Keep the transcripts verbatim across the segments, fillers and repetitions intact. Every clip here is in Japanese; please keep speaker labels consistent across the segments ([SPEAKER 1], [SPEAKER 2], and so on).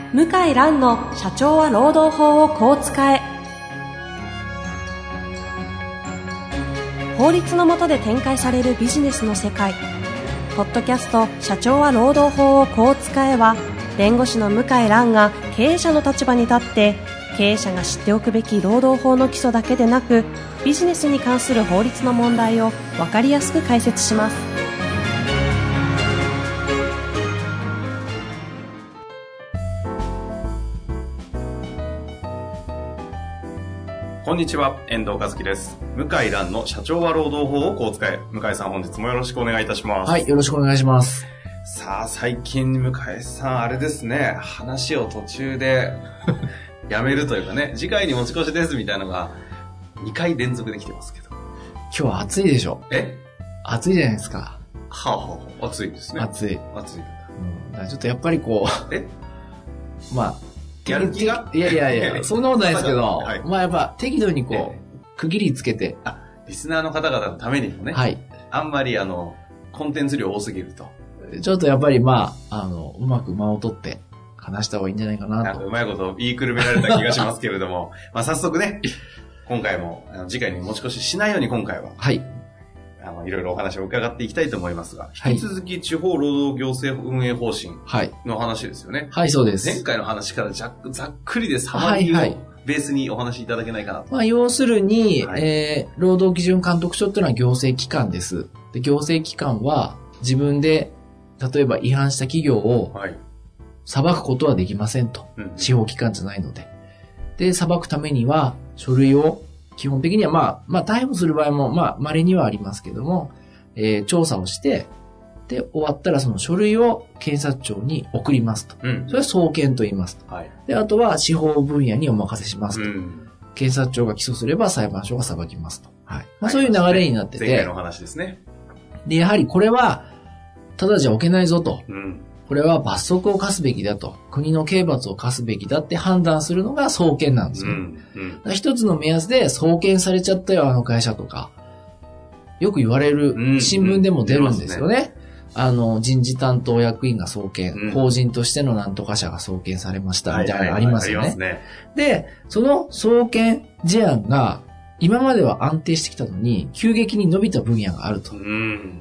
[SPEAKER 1] 向井蘭の社長は労働法をこう使え。法律の下で展開されるビジネスの世界。ポッドキャスト社長は労働法をこう使えは、弁護士の向井蘭が経営者の立場に立って経営者が知っておくべき労働法の基礎だけでなく、ビジネスに関する法律の問題を分かりやすく解説します。
[SPEAKER 2] こんにちは、遠藤和樹です。向井蘭の社長は労働法をこう使え。向井さん、本日もよろしくお願いいたします。
[SPEAKER 3] はい、よろしくお願いします。
[SPEAKER 2] さあ、最近向井さんあれですね、話を途中でやめるというかね、次回に持ち越しですみたいなのがにかい連続できてますけど。
[SPEAKER 3] 今日は暑いでしょ。
[SPEAKER 2] え
[SPEAKER 3] 暑いじゃないですか。
[SPEAKER 2] はあはあ、暑いですね。
[SPEAKER 3] 暑い。
[SPEAKER 2] 暑い。
[SPEAKER 3] うん、だからちょっとやっぱりこう、
[SPEAKER 2] え
[SPEAKER 3] まあ、
[SPEAKER 2] やる気が
[SPEAKER 3] いやいやいや、そんなことないですけど、
[SPEAKER 2] はい、
[SPEAKER 3] まあやっぱ適度にこう、
[SPEAKER 2] ええ、
[SPEAKER 3] 区切りつけて。
[SPEAKER 2] あ、リスナーの方々のためにもね。
[SPEAKER 3] はい。
[SPEAKER 2] あんまりあの、コンテンツ量多すぎると。
[SPEAKER 3] ちょっとやっぱりまあ、あの、うまく間を取って話した方がいいんじゃないかなと。
[SPEAKER 2] なんかうまいこと言いくるめられた気がしますけれども、まあ早速ね、今回もあの次回に持ち越ししないように今回は、
[SPEAKER 3] はい。
[SPEAKER 2] あの、いろいろお話を伺っていきたいと思いますが、
[SPEAKER 3] はい、
[SPEAKER 2] 引き続き地方労働行政運営方針の話ですよね。
[SPEAKER 3] はい、そうです。
[SPEAKER 2] 前回の話からざっざっくりでサマリーをベースにお話しいただけないかなと。
[SPEAKER 3] まあ、要するに、
[SPEAKER 2] はい、
[SPEAKER 3] えー、労働基準監督署っていうのは行政機関です。で、行政機関は自分で、例えば違反した企業を裁くことはできませんと。はい、司法機関じゃないので。で、裁くためには書類を基本的にはまあ、まあ逮捕する場合もまあ稀にはありますけども、えー、調査をして、で、終わったらその書類を検察庁に送りますと。うん、それは送検と言いますと。はい、で、あとは司法分野にお任せしますと。うん、検察庁が起訴すれば裁判所が裁きますと。はい。まあ、そういう流れになってて。
[SPEAKER 2] 前回の話ですね。
[SPEAKER 3] で、やはりこれは、ただじゃ置けないぞと。
[SPEAKER 2] うん、
[SPEAKER 3] これは罰則を課すべきだと。国の刑罰を課すべきだって判断するのが送検なんですよ。うんうん、一つの目安で送検されちゃったよ、あの会社とか。よく言われる、新聞でも出るんですよね。うんうんね、あの、人事担当役員が送検、うん、法人としてのなんとか社が送検されました、みたいなのありますよね。ねで、その送検事案が、今までは安定してきたのに、急激に伸びた分野があると。うん、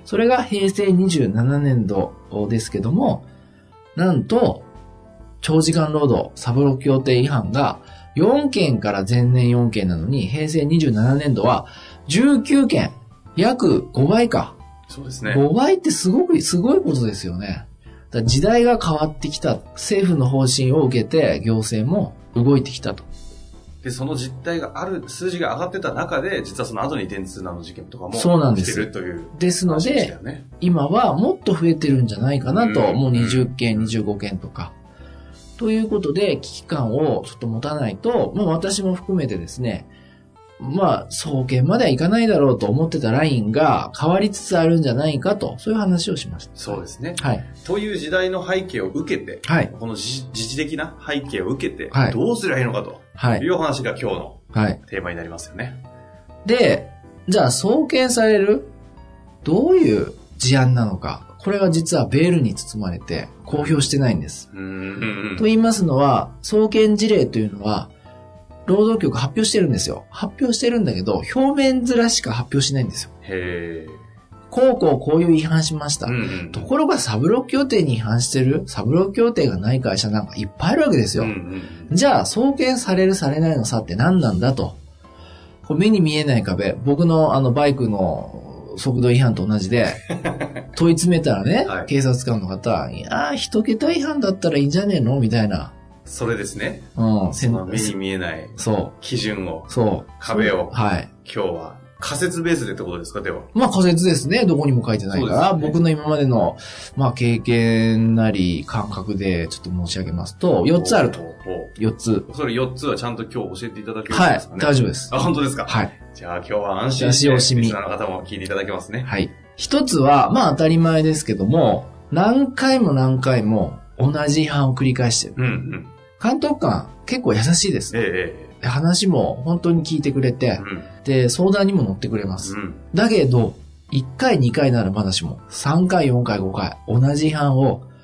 [SPEAKER 3] それが平成にじゅうななねんどですけども、なんと、長時間労働、サブロー協定違反がよんけんから前年よんけんなのに、平成にじゅうななねんどはじゅうきゅうけん。約ごばいか。
[SPEAKER 2] そうですね。
[SPEAKER 3] ごばいってすごく、すごいことですよね。だ時代が変わってきた。政府の方針を受けて行政も動いてきたと。
[SPEAKER 2] で、その実態がある、数字が上がってた中で、実はその後に電通などの事件とかも
[SPEAKER 3] そうなんです。
[SPEAKER 2] 起きてるという、
[SPEAKER 3] ね。ですので、今はもっと増えてるんじゃないかなと、うん、もうにじゅっけん、にじゅうごけんとか。ということで、危機感をちょっと持たないと、まあ私も含めてですね、まあ、送検まではいかないだろうと思ってたラインが変わりつつあるんじゃないかと、そういう話をしました。
[SPEAKER 2] そうですね。
[SPEAKER 3] はい。
[SPEAKER 2] という時代の背景を受けて、はい。この時事的な背景を受けて、はい。どうすればいいのかと、はい。いうお話が今日の、はい。テーマになりますよね。
[SPEAKER 3] で、じゃあ送検されるどういう事案なのか。これが実はベールに包まれて公表してないんです。うーん。と言いますのは、送検事例というのは、労働局発表してるんですよ。発表してるんだけど、表面面しか発表しないんですよ。
[SPEAKER 2] へー。
[SPEAKER 3] こうこうこういう違反しました。うんうん、ところがサブロー協定に違反してる、サブロー協定がない会社なんかいっぱいあるわけですよ。うんうん、じゃあ、送検されるされないの差って何なんだと。こう目に見えない壁。僕のあのバイクの速度違反と同じで、問い詰めたらね、はい、警察官の方、いやー、一桁違反だったらいいんじゃねえのみたいな。
[SPEAKER 2] それですね。
[SPEAKER 3] うん。
[SPEAKER 2] その目に見えない基準を、
[SPEAKER 3] そう。
[SPEAKER 2] 壁を、
[SPEAKER 3] はい。
[SPEAKER 2] 今日は仮説ベースでってことですか、では。
[SPEAKER 3] まあ仮説ですね。どこにも書いてないから、ね、僕の今までの、まあ経験なり感覚でちょっと申し上げますと、よっつあると。よっつ。
[SPEAKER 2] それよっつはちゃんと今日教えていただけるんですかね。
[SPEAKER 3] はい。大丈夫です。
[SPEAKER 2] あ、本当ですか。
[SPEAKER 3] はい。
[SPEAKER 2] じゃあ今日は安心して、リスナーの方も聞いていただけますね。
[SPEAKER 3] はい。一つは、まあ当たり前ですけども、何回も何回も同じ違反を繰り返してる。うんうん。監督官結構優しいです。
[SPEAKER 2] ええ、
[SPEAKER 3] 話も本当に聞いてくれて、うん、で、相談にも乗ってくれます。うん、だけど、いっかいにかいならまだしも、さんかいよんかいごかい同じ違反を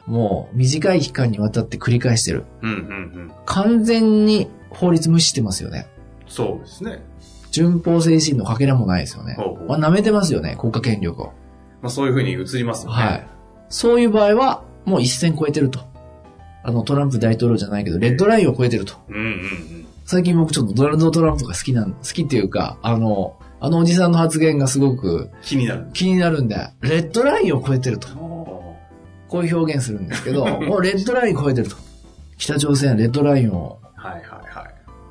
[SPEAKER 3] もう短い期間にわたって繰り返してる。
[SPEAKER 2] うんうんうん。
[SPEAKER 3] 完全に法律無視してますよね。
[SPEAKER 2] そうですね。
[SPEAKER 3] 順法精神のかけらもないですよね。
[SPEAKER 2] ほうほう。
[SPEAKER 3] まあ、舐めてますよね、国家権力を。
[SPEAKER 2] まあそういう風に映りますよね。
[SPEAKER 3] はい。そういう場合は、もう一線超えてると。あの、トランプ大統領じゃないけど、レッドラインを超えてると。
[SPEAKER 2] うんうんうん。
[SPEAKER 3] 最近僕ちょっとドナルド・トランプが好きなん、好きっていうか、あの、あのおじさんの発言がすごく
[SPEAKER 2] 気になる。
[SPEAKER 3] 気になるんで、レッドラインを超えてると。こういう表現するんですけど、もうレッドライン超えてると。北朝鮮はレッドラインを、
[SPEAKER 2] はいはいはい。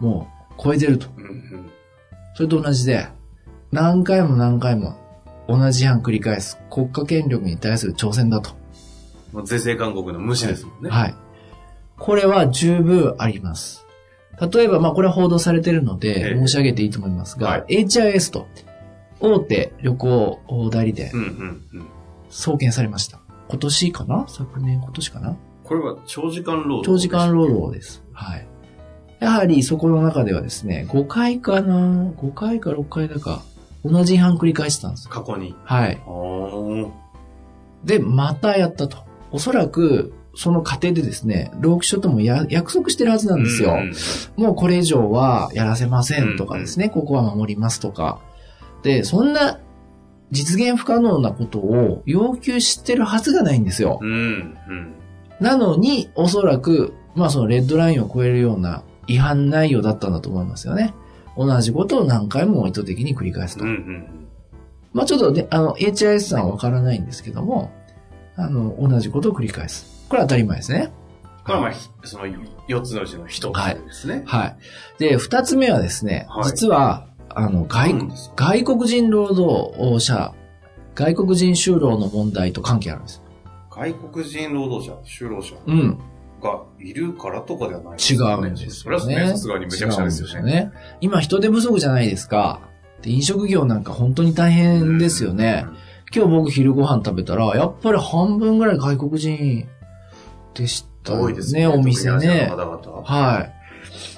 [SPEAKER 3] もう超えてると。
[SPEAKER 2] うんうん、
[SPEAKER 3] それと同じで、何回も何回も同じ違反繰り返す国家権力に対する挑戦だと。
[SPEAKER 2] まあ、税制勧告の無視ですもんね。
[SPEAKER 3] はい。はい。これは十分あります。例えば、まあこれは報道されているので申し上げていいと思いますが、はい、エイチアイエス と大手旅行代理店、うんうんうん、送検されました。今年かな昨年、今年かな
[SPEAKER 2] これは長時間労働
[SPEAKER 3] 長時間労働です。はい。やはりそこの中ではですね、ごかいかな ?ご 回かろっかいだか、同じ違反繰り返してたんです。
[SPEAKER 2] 過去に。
[SPEAKER 3] はい。で、またやったと。おそらく、その過程でですね、労基署ともや約束してるはずなんですよ。うんうん、もうこれ以上はやらせませんとかですね、うんうん、ここは守りますとか。で、そんな実現不可能なことを要求してるはずがないんですよ。うんうん、なのに、おそらく、まあそのレッドラインを超えるような違反内容だったんだと思いますよね。同じことを何回も意図的に繰り返すと。うんうん、まあちょっとね、あの、エイチアイエス さんはわからないんですけども、あの、同じことを繰り返す。これは当たり前ですね。
[SPEAKER 2] これはまあ、そのよっつのうちの一つですね。
[SPEAKER 3] はい。はい。で、二つ目はですね、はい、実は、あの、外、外国人労働者、外国人就労の問題と関係あるんです。
[SPEAKER 2] 外国人労働者、就労者。
[SPEAKER 3] うん。
[SPEAKER 2] がいるからとかではないです
[SPEAKER 3] ね。違うんですよね。
[SPEAKER 2] それはね、さすがにめちゃくちゃですよね。よね。
[SPEAKER 3] 今人手不足じゃないですか。で、飲食業なんか本当に大変ですよね。うんうん、今日僕昼ご飯食べたら、やっぱり半分ぐらい外国人でしたね。多いですね、お店ね。はい。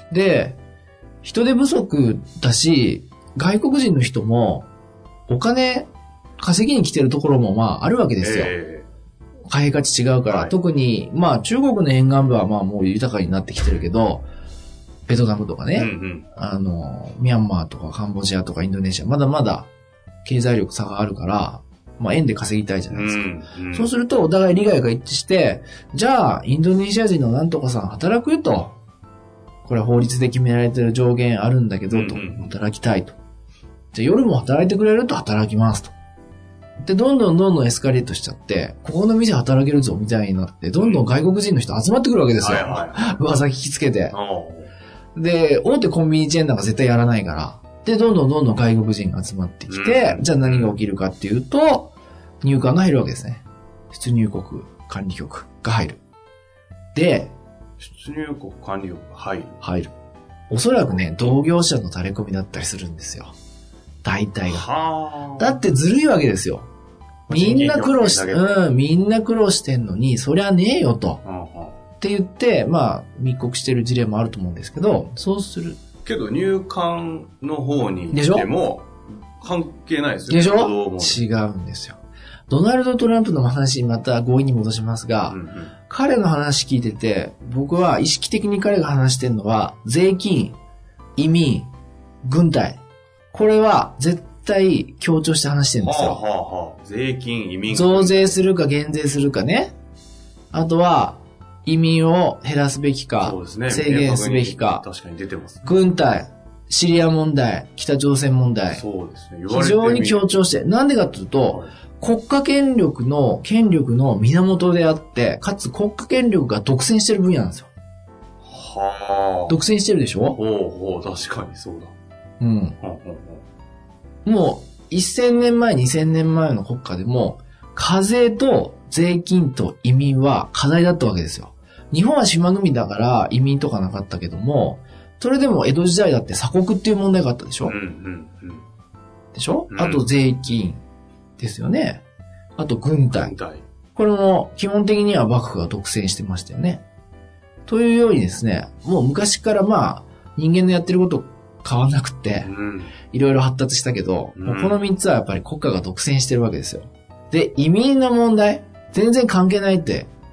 [SPEAKER 3] で、人手不足だし、外国人の人もお金稼ぎに来てるところもまああるわけですよ。えー貨幣価値違うから、はい、特に、まあ中国の沿岸部はまあもう豊かになってきてるけど、ベトナムとかね、うんうん、あの、ミャンマーとかカンボジアとかインドネシア、まだまだ経済力差があるから、まあ円で稼ぎたいじゃないですか。うんうん、そうするとお互い利害が一致して、じゃあインドネシア人のなんとかさん働くと。これは法律で決められてる上限あるんだけど、と、うんうん、働きたいと。じゃあ夜も働いてくれると働きますと。で、どんどんどんどんエスカレートしちゃって、ここの店働けるぞみたいになって、どんどん外国人の人集まってくるわけですよ。はいはい、噂聞きつけて。で、大手コンビニチェーンなんか絶対やらないから。で、どんどんどんどん外国人が集まってきて、うん、じゃあ何が起きるかっていうと、入管が入るわけですね。出入国管理局が入る。で、
[SPEAKER 2] 出入国管理局が入る。
[SPEAKER 3] 入る。おそらくね、同業者の垂れ込みだったりするんですよ。大体が。だってずるいわけですよ。みんな苦労し、うん、みんな苦労してんのに、そりゃねえよと。うんうん、って言って、まあ、密告してる事例もあると思うんですけど、そうする。
[SPEAKER 2] けど入管の方にしても、関係ないですよ
[SPEAKER 3] ね。でしょ？違うんですよ。ドナルド・トランプの話また強引に戻しますが、うんうん、彼の話聞いてて、僕は意識的に彼が話してるのは、税金、移民、軍隊。これは絶対強調して話してるんですよ。はあは
[SPEAKER 2] あ、税金、移民。
[SPEAKER 3] 増税するか減税するかね。あとは、移民を減らすべきか、そうですね、制限すべきか。
[SPEAKER 2] 確かに出てます、ね。
[SPEAKER 3] 軍隊、シリア問題、北朝鮮問題。
[SPEAKER 2] そうですね。
[SPEAKER 3] 非常に強調して。なんでかというと、はい、国家権力の、権力の源であって、かつ国家権力が独占してる分野なんですよ。はあ。独占してるでしょ？
[SPEAKER 2] ほうほう、確かにそうだ。
[SPEAKER 3] うん。もう、せんねんまえ、にせんねんまえの国家でも、課税と税金と移民は課題だったわけですよ。日本は島国だから移民とかなかったけども、それでも江戸時代だって鎖国っていう問題があったでしょ、うんうんうん、でしょ、うん、あと税金ですよね。あと軍隊。軍隊。これも基本的には幕府が独占してましたよね。というようにですね、もう昔からまあ、人間のやってること変わんなくって、いろいろ発達したけど、うん、もうこのみっつはやっぱり国家が独占してるわけですよ。で、移民の問題、全然関係ないって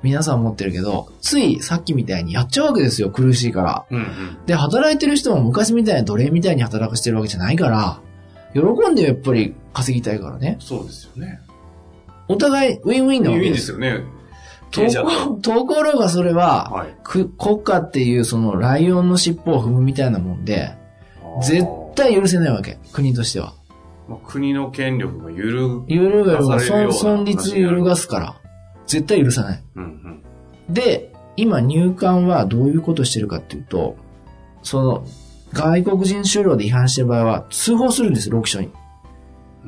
[SPEAKER 3] 皆さん思ってるけど、ついさっきみたいにやっちゃうわけですよ、苦しいから。うんうん、で、働いてる人も昔みたいな奴隷みたいに働かしてるわけじゃないから、喜んでやっぱり稼ぎたいからね。
[SPEAKER 2] そうですよね。
[SPEAKER 3] お互いウィンウィンなわけです。
[SPEAKER 2] ウィンウィンですよね。
[SPEAKER 3] と, ところがそれは、はい、国家っていうそのライオンの尻尾を踏むみたいなもんで、絶対許せないわけ、国としては。
[SPEAKER 2] まあ、国の権力が揺るが
[SPEAKER 3] 揺るがる存存立揺るがすから、絶対許さない。うんうん、で、今入管はどういうことをしてるかっていうと、その外国人就労で違反してる場合は通報するんです、労基署に。
[SPEAKER 2] うん、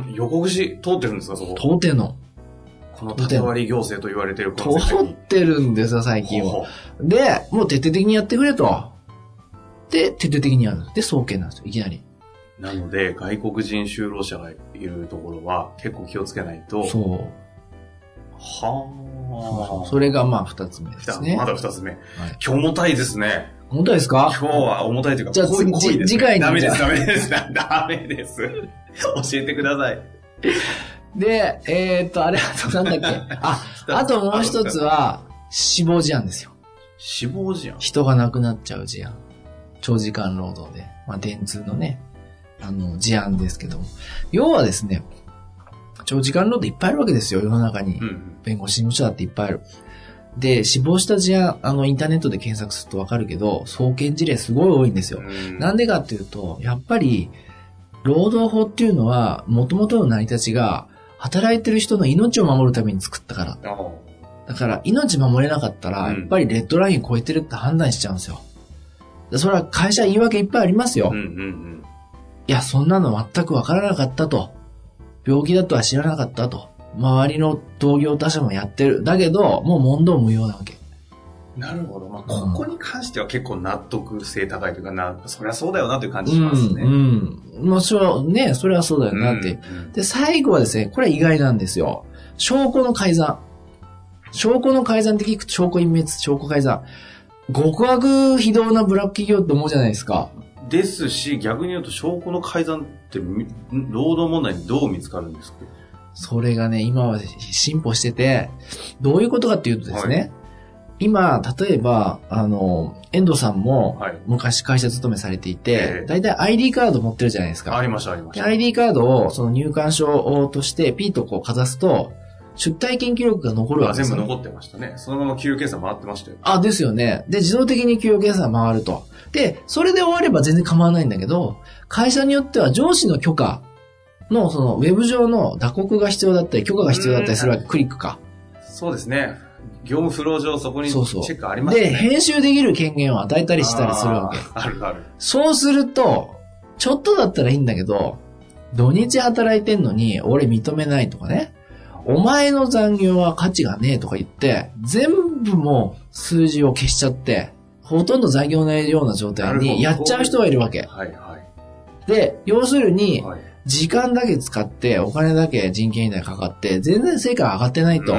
[SPEAKER 2] 予告し通ってるんですか、そこ。
[SPEAKER 3] 通ってんの。
[SPEAKER 2] この縦割り行政と言われてる
[SPEAKER 3] この通ってるんですよ、最近は。で、もう徹底的にやってくれと。で、徹底的にやる。で、送検なんですよ、いきなり。
[SPEAKER 2] なので、外国人就労者がいるところは結構気をつけないと。
[SPEAKER 3] そう。
[SPEAKER 2] はあ。
[SPEAKER 3] それがまあ二つ目ですね。
[SPEAKER 2] まだ二つ目。はい、今日重たいですね。
[SPEAKER 3] 重たいですか？
[SPEAKER 2] 今日は重たいというか、
[SPEAKER 3] じゃあ次、ね、次回に。
[SPEAKER 2] ダメです、ダメです、ダメです。教えてください。
[SPEAKER 3] で、えー、っと、あれ、あとなんだっけ。あ、あともう一つは、死亡事案ですよ。
[SPEAKER 2] 死亡事案？
[SPEAKER 3] 人が亡くなっちゃう事案。長時間労働で。まあ、電通のね、あの、事案ですけども。要はですね、長時間労働いっぱいあるわけですよ、世の中に。うん、弁護士事務所だっていっぱいある。で、死亡した事案、あの、インターネットで検索するとわかるけど、送検事例すごい多いんですよ。なんでかっていうと、やっぱり、労働法っていうのは、元々の成り立ちが、働いてる人の命を守るために作ったから。だから、命守れなかったら、やっぱりレッドライン超えてるって判断しちゃうんですよ。それは会社言い訳いっぱいありますよ。うんうんうん、いや、そんなの全くわからなかったと。病気だとは知らなかったと。周りの同業他社もやってる。だけど、もう問答無用なわけ。
[SPEAKER 2] なるほど。まあ、ここに関しては結構納得性高いというかな、そりゃそうだよなという感じしますね。うん。
[SPEAKER 3] うん、まあ、それはね、それはそうだよなって、うんうん。で、最後はですね、これは意外なんですよ。証拠の改ざん。証拠の改ざんって聞くと証拠隠滅、証拠改ざん。極悪非道なブラック企業って思うじゃないですか。
[SPEAKER 2] ですし、逆に言うと証拠の改ざんって労働問題にどう見つかるんですか？
[SPEAKER 3] それがね、今は進歩してて、どういうことかっていうとですね、はい、今、例えば、あの、遠藤さんも昔会社勤めされていて、だいたい アイディー カード持ってるじゃないですか。
[SPEAKER 2] ありました、ありました。
[SPEAKER 3] アイディー カードをその入館証としてピーとこうかざすと、出退勤記録が残るわけですよ。
[SPEAKER 2] 全部残ってましたね。そのまま給与計算回ってましたよ。
[SPEAKER 3] あ、ですよね。で、自動的に給与計算回ると。で、それで終われば全然構わないんだけど、会社によっては上司の許可の、その、ウェブ上の打刻が必要だったり、許可が必要だったりするわけ、クリックか。
[SPEAKER 2] そうですね。業務フロー上そこにチェックありますね。
[SPEAKER 3] そうそう。で、編集できる権限を与えたりしたりするわけ。
[SPEAKER 2] あ, あるある。
[SPEAKER 3] そうすると、ちょっとだったらいいんだけど、土日働いてんのに、俺認めないとかね。お前の残業は価値がねえとか言って、全部もう数字を消しちゃって、ほとんど残業ないような状態にやっちゃう人がいるわけ。はいはい。で、要するに、はい、時間だけ使って、お金だけ人件費代かかって、全然成果が上がってないと。うんうん、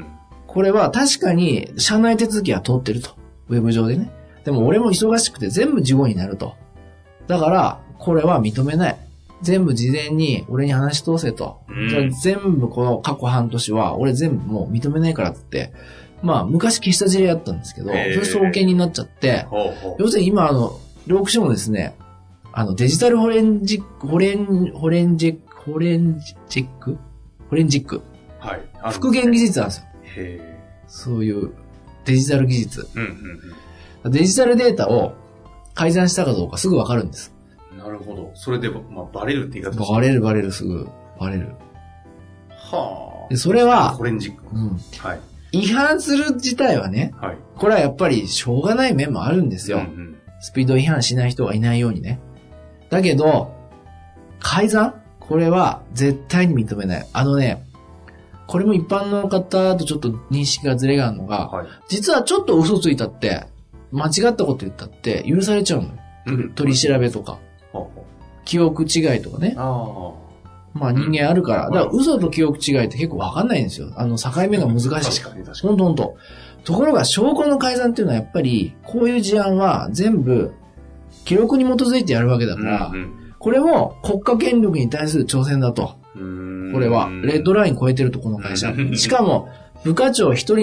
[SPEAKER 3] これは確かに、社内手続きは通ってると。ウェブ上でね。でも俺も忙しくて全部事後になると。だから、これは認めない。全部事前に俺に話し通せと。うん、全部この過去半年は俺全部もう認めないからって。まあ昔消した事例あったんですけど、それ送検になっちゃって、ほうほう要するに今あの、労基署もですね、あのデジタルフォレンジック、フォレン、フォレンジック、フォレンジックフォレンジック。はい。復元技術なんですよ。へそういうデジタル技術、うんうんうん。デジタルデータを改ざんしたかどうかすぐわかるんです。
[SPEAKER 2] なるほど。それで、まあ、バレるって言い方です
[SPEAKER 3] か？バレるバレるすぐ。バレる。
[SPEAKER 2] はあ。
[SPEAKER 3] で、それは、
[SPEAKER 2] フォレンジック。うん。はい。
[SPEAKER 3] 違反する自体はね、はい。これはやっぱりしょうがない面もあるんですよ。うんうん、スピード違反しない人がいないようにね。だけど、改ざん？これは絶対に認めない。あのね、これも一般の方とちょっと認識がずれがあるのが、はい、実はちょっと嘘ついたって、間違ったこと言ったって許されちゃうのよ。うん、取り調べとか。記憶違いとかね。あまあ人間あるから。だから嘘と記憶違いって結構わかんないんですよ。あの境目が難しい。確
[SPEAKER 2] かに確かに。
[SPEAKER 3] ほんとほんと。ところが証拠の改ざんっていうのはやっぱり、こういう事案は全部記録に基づいてやるわけだから、うんうん、これも国家権力に対する挑戦だと。これは、レッドライン超えてるとこの会社。しかも、部課長一人の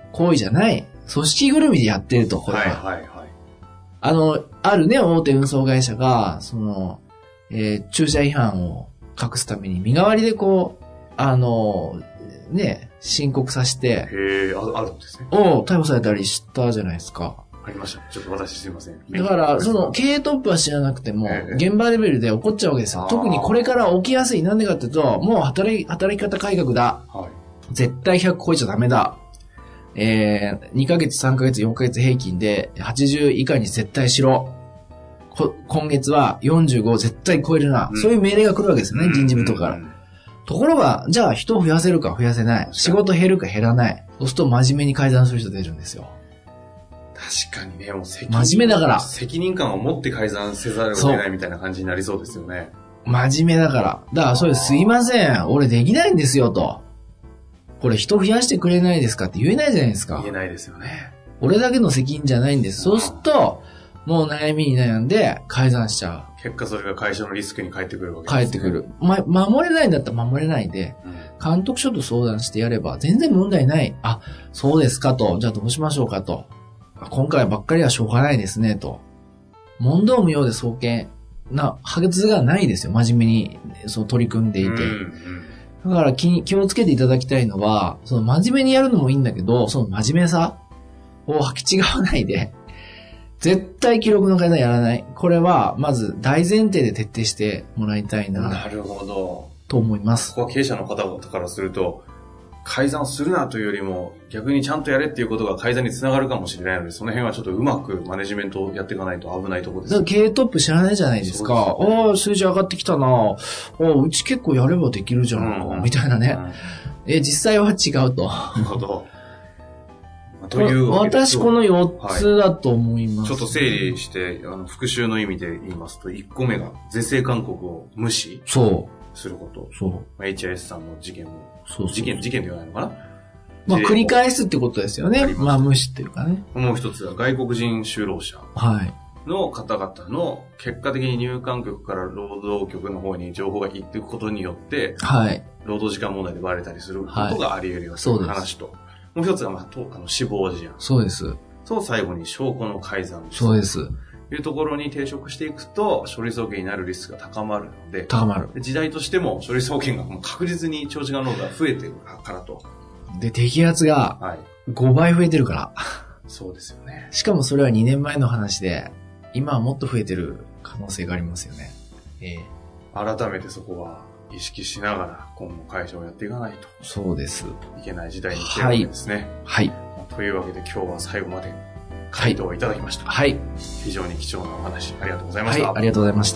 [SPEAKER 3] 行為じゃない、組織ぐるみでやってると、これは。
[SPEAKER 2] はいはいはい。
[SPEAKER 3] あの、あるね、大手運送会社が、その、えー、駐車違反を隠すために身代わりでこう、あの、ね、申告させて、
[SPEAKER 2] へえ、あ、あるんですね。
[SPEAKER 3] を逮捕されたりしたじゃないですか。
[SPEAKER 2] ありました。ちょっと私すいません。
[SPEAKER 3] だから、その、経営トップは知らなくても、現場レベルで起こっちゃうわけですよ。特にこれから起きやすい。なんでかっていうと、もう働き、働き方改革だ。はい、絶対ひゃく超えちゃダメだ。えー、にかげつ、さんかげつ、よんかげつ平均ではちじゅう以下に絶対しろ。こ今月はよんじゅうご絶対超えるな、うん。そういう命令が来るわけですよね、人事部とかから。うんうんうん、ところが、じゃあ人を増やせるか増やせない。仕事減るか減らない。そうすると真面目に改ざんする人出るんですよ。
[SPEAKER 2] 確かにね、もう責任。
[SPEAKER 3] 真面目だから。
[SPEAKER 2] 責任感を持って改ざんせざるを得ないみたいな感じになりそうですよね。
[SPEAKER 3] 真面目だから。だからそれすいません。俺できないんですよと。これ人増やしてくれないですかって言えないじゃないですか。
[SPEAKER 2] 言えないですよね。
[SPEAKER 3] 俺だけの責任じゃないんです。そうすると、もう悩みに悩んで改ざんしちゃ
[SPEAKER 2] う。結果それが会社のリスクに返ってくるわけですね。
[SPEAKER 3] 返ってくる。ま、守れないんだったら守れないで、うん、監督署と相談してやれば全然問題ない。あ、そうですかと。じゃあどうしましょうかと。今回ばっかりはしょうがないですねと。問答無用で送検なはずがないですよ。真面目にそう取り組んでいて。うんうん、だから気、気をつけていただきたいのは、その真面目にやるのもいいんだけど、その真面目さを履き違わないで、絶対記録の改ざんやらない。これは、まず大前提で徹底してもらいたいな。
[SPEAKER 2] なるほど。
[SPEAKER 3] と思います。
[SPEAKER 2] ここは経営者の方々からすると、改ざんするなというよりも、逆にちゃんとやれっていうことが改ざんにつながるかもしれないので、その辺はちょっとうまくマネジメントをやっていかないと危ないところです。
[SPEAKER 3] だから経営トップ知らないじゃないですか。ああ、数字上がってきたな。ああ、うち結構やればできるじゃん、うん、みたいなね。うん、え、実際は違うと。
[SPEAKER 2] なるほど。という
[SPEAKER 3] 私このよっつだと思います、
[SPEAKER 2] はい。ちょっと整理して、あの、復習の意味で言いますと、いっこめが是正勧告を無視すること。
[SPEAKER 3] そう。
[SPEAKER 2] エイチアイエス さんの事件を。そうそう事件、事件で言わないのかな
[SPEAKER 3] まあ繰り返すってことですよね。まあ無視っていうかね。
[SPEAKER 2] もう一つは外国人就労者の方々の結果的に入管局から労働局の方に情報が行っていくことによって、はい。労働時間問題でバレたりすることがあり得るような話と。もう一つが、まあ、あの死亡事案。
[SPEAKER 3] そうです。
[SPEAKER 2] そう、最後に証拠の改ざん。
[SPEAKER 3] そうです。
[SPEAKER 2] というところに抵触していくと、書類送検になるリスクが高まるので、
[SPEAKER 3] 高まる。
[SPEAKER 2] 時代としても書類送検がもう確実に長時間労働が増えてるからと。
[SPEAKER 3] で、摘発がごばい増えてるから。はい、
[SPEAKER 2] そうですよね。
[SPEAKER 3] しかもそれはにねんまえの話で、今はもっと増えてる可能性がありますよね。え
[SPEAKER 2] ー、改めてそこは意識しながら今後会社をやっていかないと。
[SPEAKER 3] そうです。
[SPEAKER 2] いけない時代に来てるわけですね。
[SPEAKER 3] はい。はい、
[SPEAKER 2] というわけで今日は最後まで回答をいただきました。
[SPEAKER 3] はい。
[SPEAKER 2] 非常に貴重なお話ありがとうございました。
[SPEAKER 3] はい、ありがとうございました。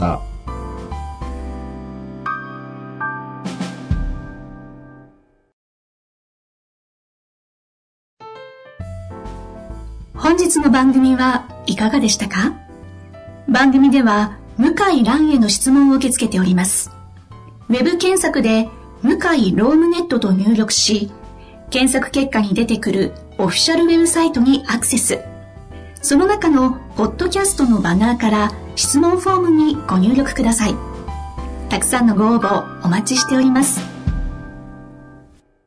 [SPEAKER 4] 本日の番組はいかがでしたか？番組では向井蘭への質問を受け付けております。ウェブ検索で向井ロームネットと入力し、検索結果に出てくるオフィシャルウェブサイトにアクセス。その中のポッドキャストのバナーから質問フォームにご入力ください。たくさんのご応募お待ちしております。